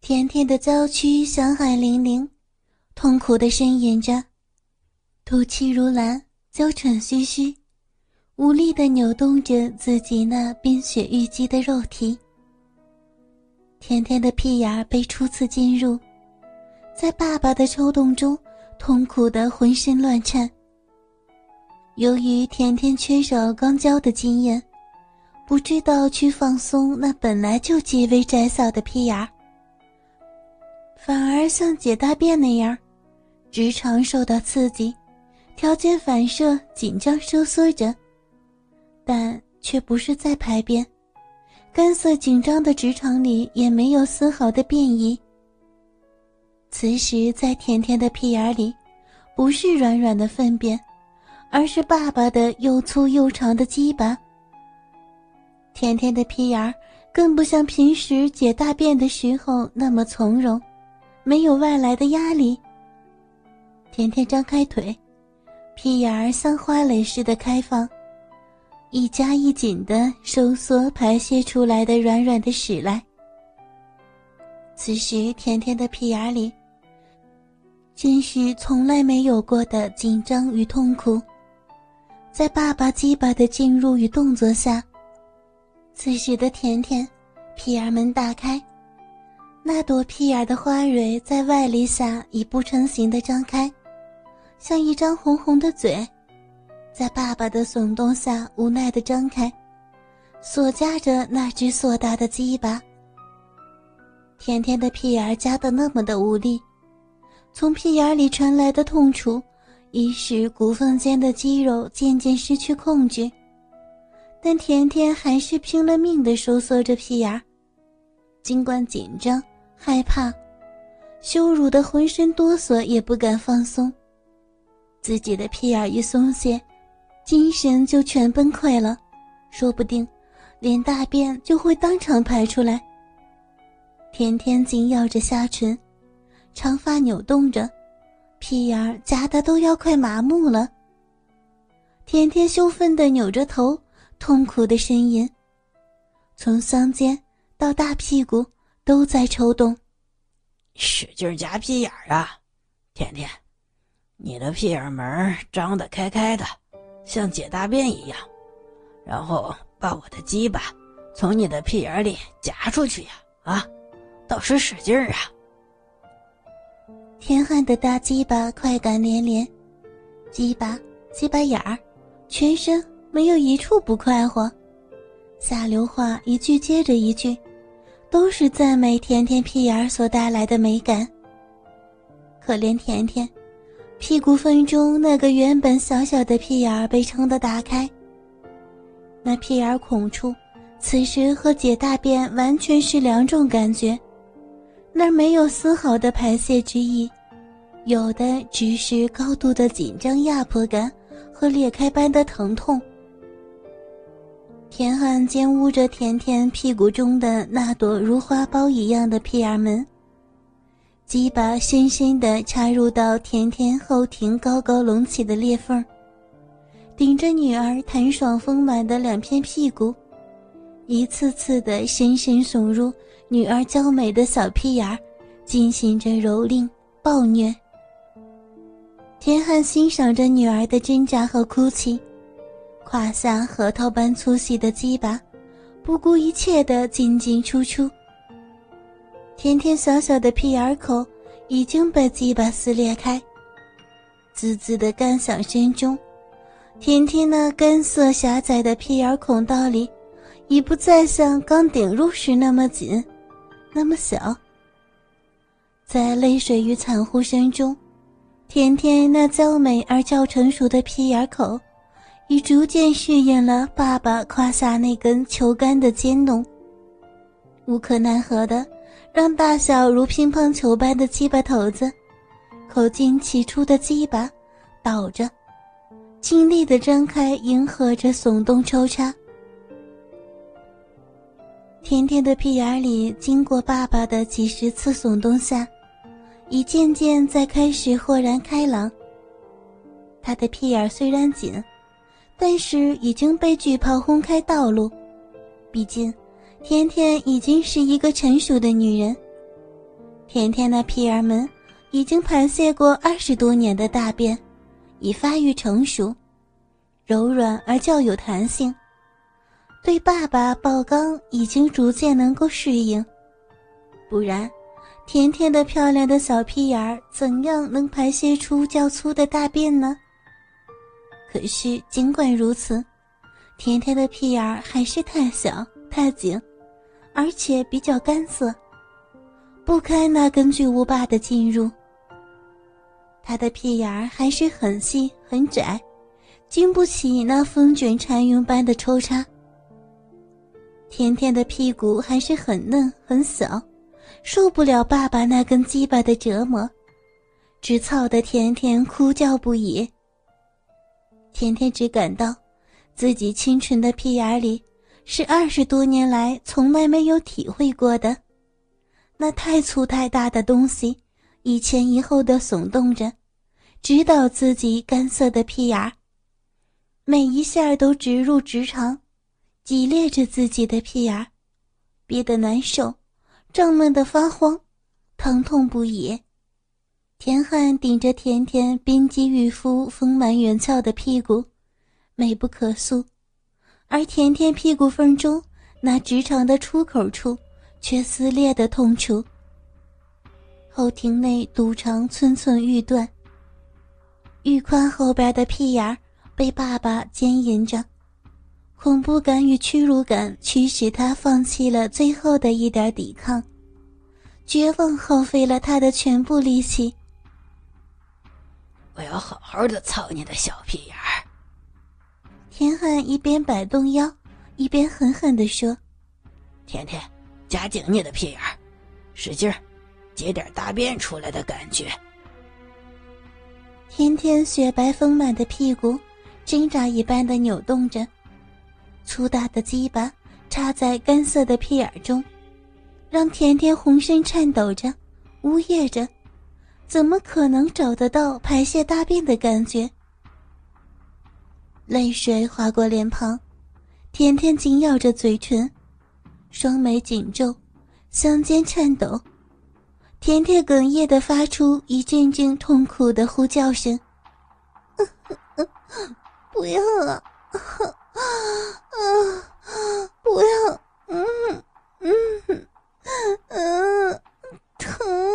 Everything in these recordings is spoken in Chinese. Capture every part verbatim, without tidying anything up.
甜甜的娇躯香汗淋淋，痛苦地呻吟着，吐气如兰，娇喘吁吁，无力地扭动着自己那冰雪玉肌的肉体。甜甜的屁眼被初次进入，在爸爸的抽动中痛苦得浑身乱颤。由于甜甜缺少刚交的经验，不知道去放松那本来就极为窄小的屁眼，反而像解大便那样，直肠受到刺激，条件反射紧张收缩着，但却不是在排便，干涩紧张的直肠里也没有丝毫的便意。此时在甜甜的屁眼里，不是软软的粪便，而是爸爸的又粗又长的鸡巴。甜甜的屁眼更不像平时解大便的时候那么从容，没有外来的压力。甜甜张开腿，屁眼像花蕾似的开放，一夹一紧地收缩排泄出来的软软的屎来。此时甜甜的屁眼里真是从来没有过的紧张与痛苦。在爸爸鸡巴的进入与动作下，此时的甜甜屁眼门打开，那朵屁眼的花蕊在外力下已不成形地张开，像一张红红的嘴，在爸爸的耸动下无奈地张开，锁夹着那只硕大的鸡巴。甜甜的屁眼夹得那么的无力，从屁眼里传来的痛楚已使骨缝间的肌肉渐渐失去控制，但甜甜还是拼了命地收缩着屁眼，尽管紧张害怕，羞辱的浑身哆嗦也不敢放松。自己的屁眼一松懈，精神就全崩溃了，说不定连大便就会当场排出来。甜甜紧咬着下唇，长发扭动着，屁眼夹得都要快麻木了。甜甜羞愤地扭着头，痛苦地呻吟，从香肩到大屁股都在抽动。 使劲夹屁眼啊，甜甜，你的屁眼门张得开开的，像解大便一样，然后把我的鸡巴从你的屁眼里夹出去呀！啊，倒是使劲儿啊！ 田汉的大鸡巴快感连连，鸡巴、鸡巴眼儿，全身没有一处不快活。下流话一句接着一句，都是赞美甜甜屁眼儿所带来的美感。可怜甜甜，屁股缝中那个原本小小的屁眼儿被撑得打开，那屁眼儿孔处，此时和解大便完全是两种感觉。那儿没有丝毫的排泄之意，有的只是高度的紧张压迫感和裂开般的疼痛。田汉奸污着甜甜屁股中的那朵如花苞一样的屁眼门，鸡巴深深地插入到甜甜后庭高高隆起的裂缝，顶着女儿弹爽丰满的两片屁股，一次次地深深耸入女儿娇美的小屁眼儿，进行着蹂躏暴虐。田汉欣赏着女儿的挣扎和哭泣，胯下核桃般粗细的鸡巴不顾一切地进进出出。甜甜小小的屁眼口已经被鸡巴撕裂开，滋滋的干响声中，甜甜那干涩狭窄的屁眼孔道里已不再像刚顶入时那么紧那么小。在泪水与惨呼声中，甜甜那娇美而较成熟的屁眼口已逐渐适应了爸爸胯下那根球杆的尖弄，无可奈何的让大小如乒乓球般的鸡巴头子口径起初的鸡巴倒着，尽力地张开，迎合着耸动抽插。甜甜的屁眼里经过爸爸的几十次耸动下，已渐渐在开始豁然开朗。他的屁眼虽然紧，但是已经被巨炮轰开道路，毕竟甜甜已经是一个成熟的女人。 甜甜的屁眼们已经排泄过二十多年的大便，已发育成熟，柔软而较有弹性，对爸爸抱刚已经逐渐能够适应。不然甜甜的漂亮的小屁眼儿怎样能排泄出较粗的大便呢？可是尽管如此，甜甜的屁眼儿还是太小太紧，而且比较干涩，不开那根巨无霸的进入。她的屁眼儿还是很细很窄，经不起那风卷残云般的抽插。甜甜的屁股还是很嫩很小，受不了爸爸那根鸡巴的折磨，只操得甜甜哭叫不已。甜甜只感到自己清纯的屁眼里是二十多年来从来没有体会过的，那太粗太大的东西一前一后地耸动着，直捣自己干涩的屁眼，每一下都直入直肠，挤裂着自己的屁眼，憋得难受，胀闷得发慌，疼痛不已。田汉顶着甜甜冰肌玉肤丰满圆翘的屁股，美不可诉，而甜甜屁股缝中那直肠的出口处却撕裂的痛楚。后庭内肚肠寸寸欲断，玉宽后边的屁眼被爸爸奸淫着，恐怖感与屈辱感驱使他放弃了最后的一点抵抗，绝望耗费了他的全部力气。 我要好好的操你的小屁眼儿。 田汉一边摆动腰，一边狠狠地说： 甜甜，夹紧你的屁眼儿，使劲儿，接点大便出来的感觉。 甜甜雪白丰满的屁股挣扎一般的扭动着，粗大的鸡巴插在干涩的屁眼中，让甜甜浑身颤抖着，呜咽着，怎么可能找得到排泄大便的感觉？泪水划过脸庞，甜甜紧咬着嘴唇，双眉紧皱，香肩颤抖，甜甜哽咽地发出一阵阵痛苦的呼叫声：不要啊，不要，嗯嗯嗯，疼。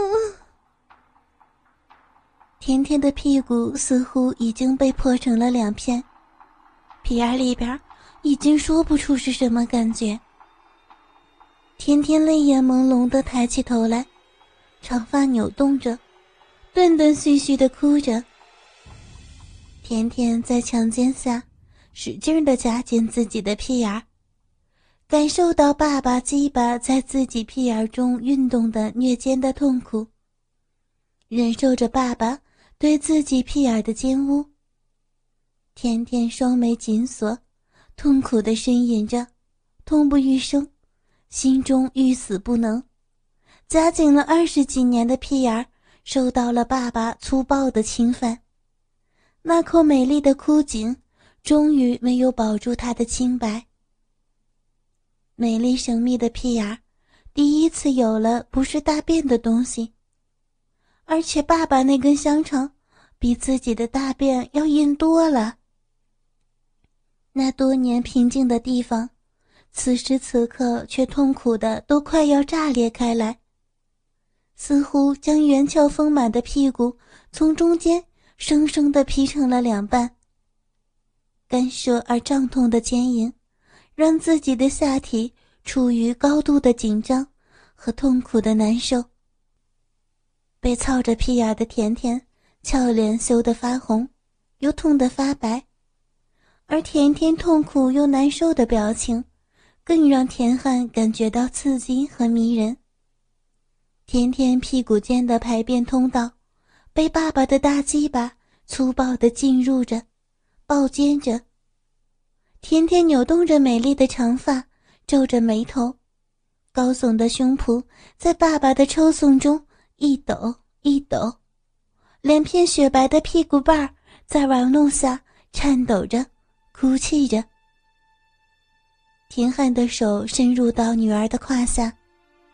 甜甜的屁股似乎已经被破成了两片，屁眼里边已经说不出是什么感觉。甜甜泪眼朦胧地抬起头来，长发扭动着，断断续续地哭着。甜甜在强奸下使劲地夹紧自己的屁眼，感受到爸爸鸡巴在自己屁眼中运动的虐奸的痛苦，忍受着爸爸对自己屁眼的奸污。甜甜双眉紧锁，痛苦地呻吟着，痛不欲生，心中欲死不能。夹紧了二十几年的屁眼受到了爸爸粗暴的侵犯，那口美丽的枯井终于没有保住她的清白。美丽神秘的屁眼第一次有了不是大便的东西，而且爸爸那根香肠比自己的大便要硬多了。那多年平静的地方，此时此刻却痛苦的都快要炸裂开来，似乎将圆翘丰满的屁股从中间生生地劈成了两半。干涉而胀痛的坚硬让自己的下体处于高度的紧张和痛苦的难受。被操着屁眼的甜甜俏脸羞得发红，又痛得发白，而甜甜痛苦又难受的表情更让田汉感觉到刺激和迷人。甜甜屁股间的排便通道被爸爸的大鸡巴粗暴地进入着，暴尖着。甜甜扭动着美丽的长发，皱着眉头，高耸的胸脯在爸爸的抽送中一抖一抖，两片雪白的屁股瓣在玩弄下颤抖着，哭泣着。田汉的手伸入到女儿的胯下，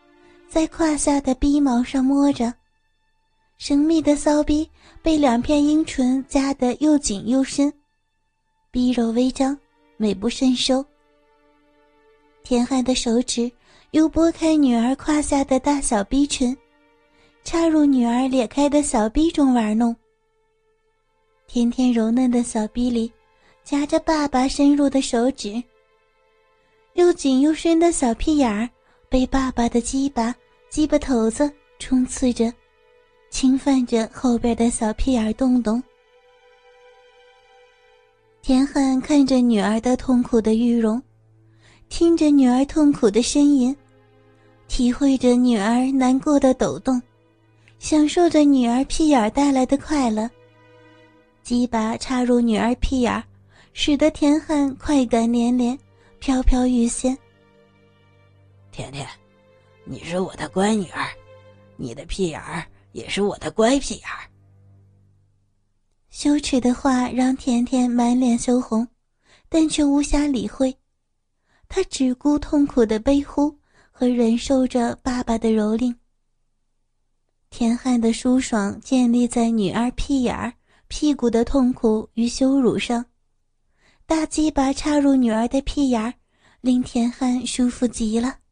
在胯下的逼毛上摸着，神秘的骚逼被两片阴唇夹得又紧又深，逼肉微张，美不胜收。田汉的手指又拨开女儿胯下的大小逼唇，插入女儿裂开的小逼中玩弄。甜甜柔嫩的小逼里夹着爸爸深入的手指，又紧又深的小屁眼儿被爸爸的鸡巴鸡巴头子冲刺着，侵犯着后边的小屁眼洞洞。田汉看着女儿的痛苦的玉容，听着女儿痛苦的呻吟，体会着女儿难过的抖动，享受着女儿屁眼带来的快乐。鸡巴插入女儿屁眼，使得田汉快感连连，飘飘欲仙。 甜甜，你是我的乖女儿，你的屁眼儿也是我的乖屁眼儿。 羞耻的话让甜甜满脸羞红，但却无暇理会。她只顾痛苦的悲呼和忍受着爸爸的蹂躏。田汉的舒爽建立在女儿屁眼儿、屁股的痛苦与羞辱上。大鸡巴插入女儿的屁眼儿，令田汉舒服极了。